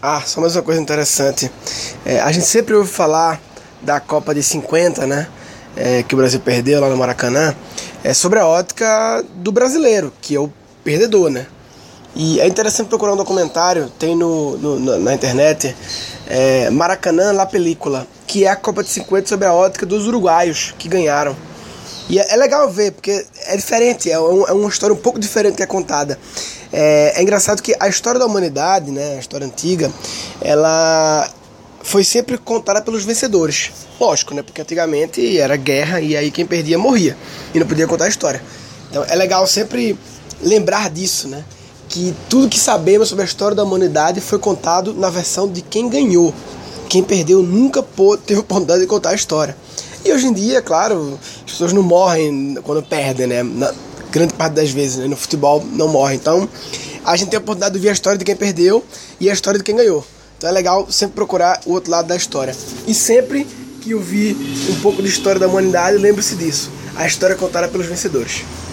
Só mais uma coisa interessante. A gente sempre ouve falar da Copa de 50, né? Que o Brasil perdeu lá no Maracanã. Sobre a ótica do brasileiro, que é o perdedor, né? E é interessante procurar um documentário, tem na internet, Maracanã, La Película, que é a Copa de 50 sobre a ótica dos uruguaios que ganharam. E é legal ver, porque é diferente, é uma história um pouco diferente que é contada. É engraçado que a história da humanidade, né, a história antiga, ela foi sempre contada pelos vencedores. Lógico, né, porque antigamente era guerra e aí quem perdia morria e não podia contar a história. Então é legal sempre lembrar disso, né, que tudo que sabemos sobre a história da humanidade foi contado na versão de quem ganhou. Quem perdeu nunca teve a oportunidade de contar a história. E hoje em dia, claro, as pessoas não morrem quando perdem, né? Na grande parte das vezes, né? No futebol não morre. Então, a gente tem a oportunidade de ver a história de quem perdeu e a história de quem ganhou. Então é legal sempre procurar o outro lado da história. E sempre que ouvir um pouco de história da humanidade, lembre-se disso. A história é contada pelos vencedores.